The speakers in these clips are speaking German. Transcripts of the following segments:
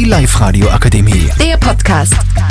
Die Live-Radio Akademie. Der Podcast.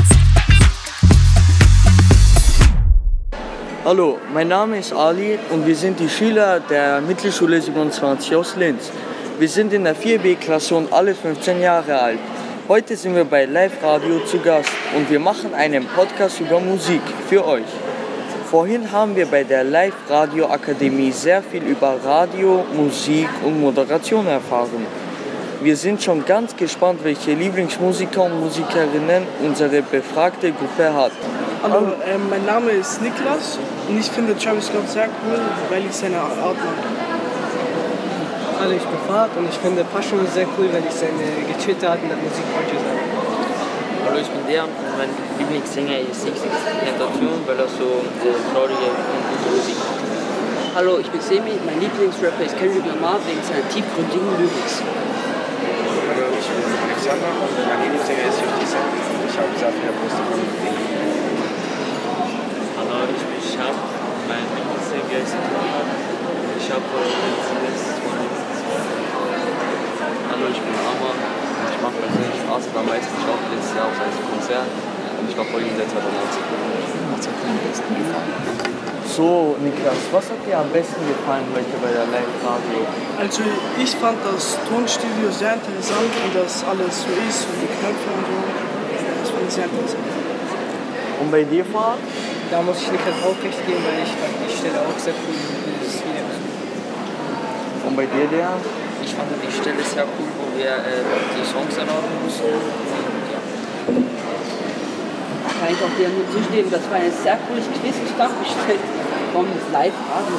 Hallo, mein Name ist Ali und wir sind die Schüler der Mittelschule 27 aus Linz. Wir sind in der 4B-Klasse und alle 15 Jahre alt. Heute sind wir bei Live-Radio zu Gast und wir machen einen Podcast über Musik für euch. Vorhin haben wir bei der Live-Radio Akademie sehr viel über Radio, Musik und Moderation erfahren. Wir sind schon ganz gespannt, welche Lieblingsmusiker und Musikerinnen unsere befragte Gruppe hat. Hallo, mein Name ist Niklas und ich finde Travis Scott sehr cool, weil ich seine Art mag. Hallo, ich bin Fahad und ich finde Passion sehr cool, weil ich seine gechillte Art in der Musik mag. Hallo, ich bin der und mein Lieblingssänger ist XXXTentacion, weil er so traurige und gute Musik macht. Hallo, ich bin Semi, mein Lieblingsrapper ist Kendrick Lamar wegen seiner tiefgründigen Lyrics. Hallo, ich bin Alexander und mein Lieblingssänger ist 50 Cent. Ich habe sehr viele Poster von ihm. Hallo, ich bin Shab, mein Lieblingssänger ist Muhammad. Ich habe Hallo, ich bin Amar. Ich mache persönlich Arzt am meisten. Ich war letztes Jahr auf seinem Konzert und ich war vorhin seit 2019. Was hat dir am besten gefallen? So, Niklas, was hat dir am besten gefallen heute bei der Live-Radio? Also ich fand das Tonstudio sehr interessant und dass alles so ist und die Knöpfe und so. Das fand ich sehr interessant. Und bei dir, Fahad? Da muss ich Niklas auch recht geben, weil ich fand die Stelle auch sehr cool. Und bei dir, der? Ich fand die Stelle sehr cool, wo wir die Songs erlauben mussten. Ja. Kann ich auch dir nur zustimmen, das war ein sehr cooles Quiz, gestellt vom Live-Radio.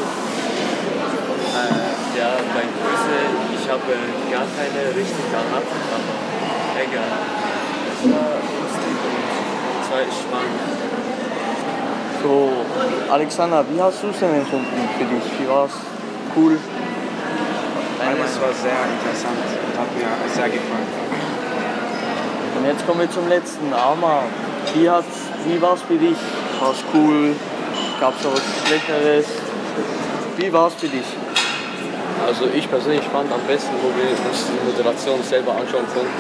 Ja, mein Größe, ich habe gar keine richtige erraten, aber egal. Es war lustig und es war spannend. So, Alexander, wie hast du es denn empfunden für dich? Wie war es? Cool? Alles war sehr interessant und hat mir sehr gefallen. Und jetzt kommen wir zum letzten. Alma, wie war es für dich? War es cool? Gab es was Leckeres? Wie war es für dich? Also ich persönlich fand am besten, wo wir uns die Moderation selber anschauen konnten.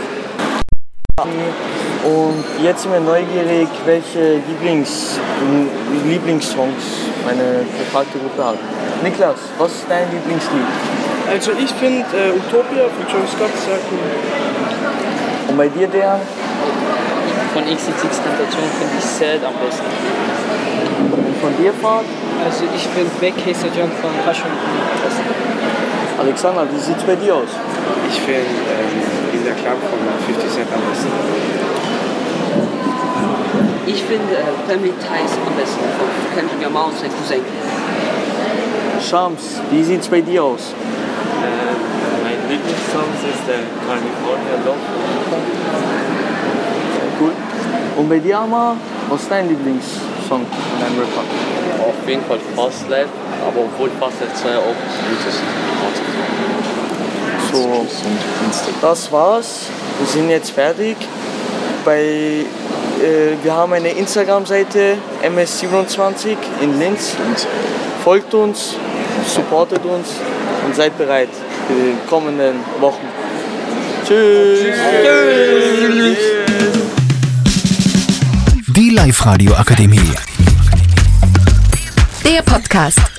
Und jetzt sind wir neugierig, welche Lieblingssongs meine befragte Gruppe hat. Niklas, was ist dein Lieblingslied? Also ich finde Utopia von Travis Scott sehr cool. Und bei dir, der? Von XXXTentacion finde ich Sad am besten. Und von dir, Fahad? Also ich finde Back Case Jump von Passion am besten. Alexander, wie sieht es bei dir aus? Ich finde In der Club von 50 Cent am besten. Ich finde Family Ties am besten von Kendrick Lamar und sein Cousin. Shams, wie sieht es bei dir aus? Mein Lieblingssong ist der California Love. Cool. Und bei dir, Amar, was ist dein Lieblingssong von deinem Rapper? Auf jeden Fall Fast Life, aber obwohl Fast Life 2 auch gut ist. So, das war's. Wir sind jetzt fertig. Wir haben eine Instagram-Seite, MS27 in Linz. Folgt uns, supportet uns und seid bereit für die kommenden Wochen. Tschüss! Tschüss. Die Live-Radio Akademie. Der Podcast.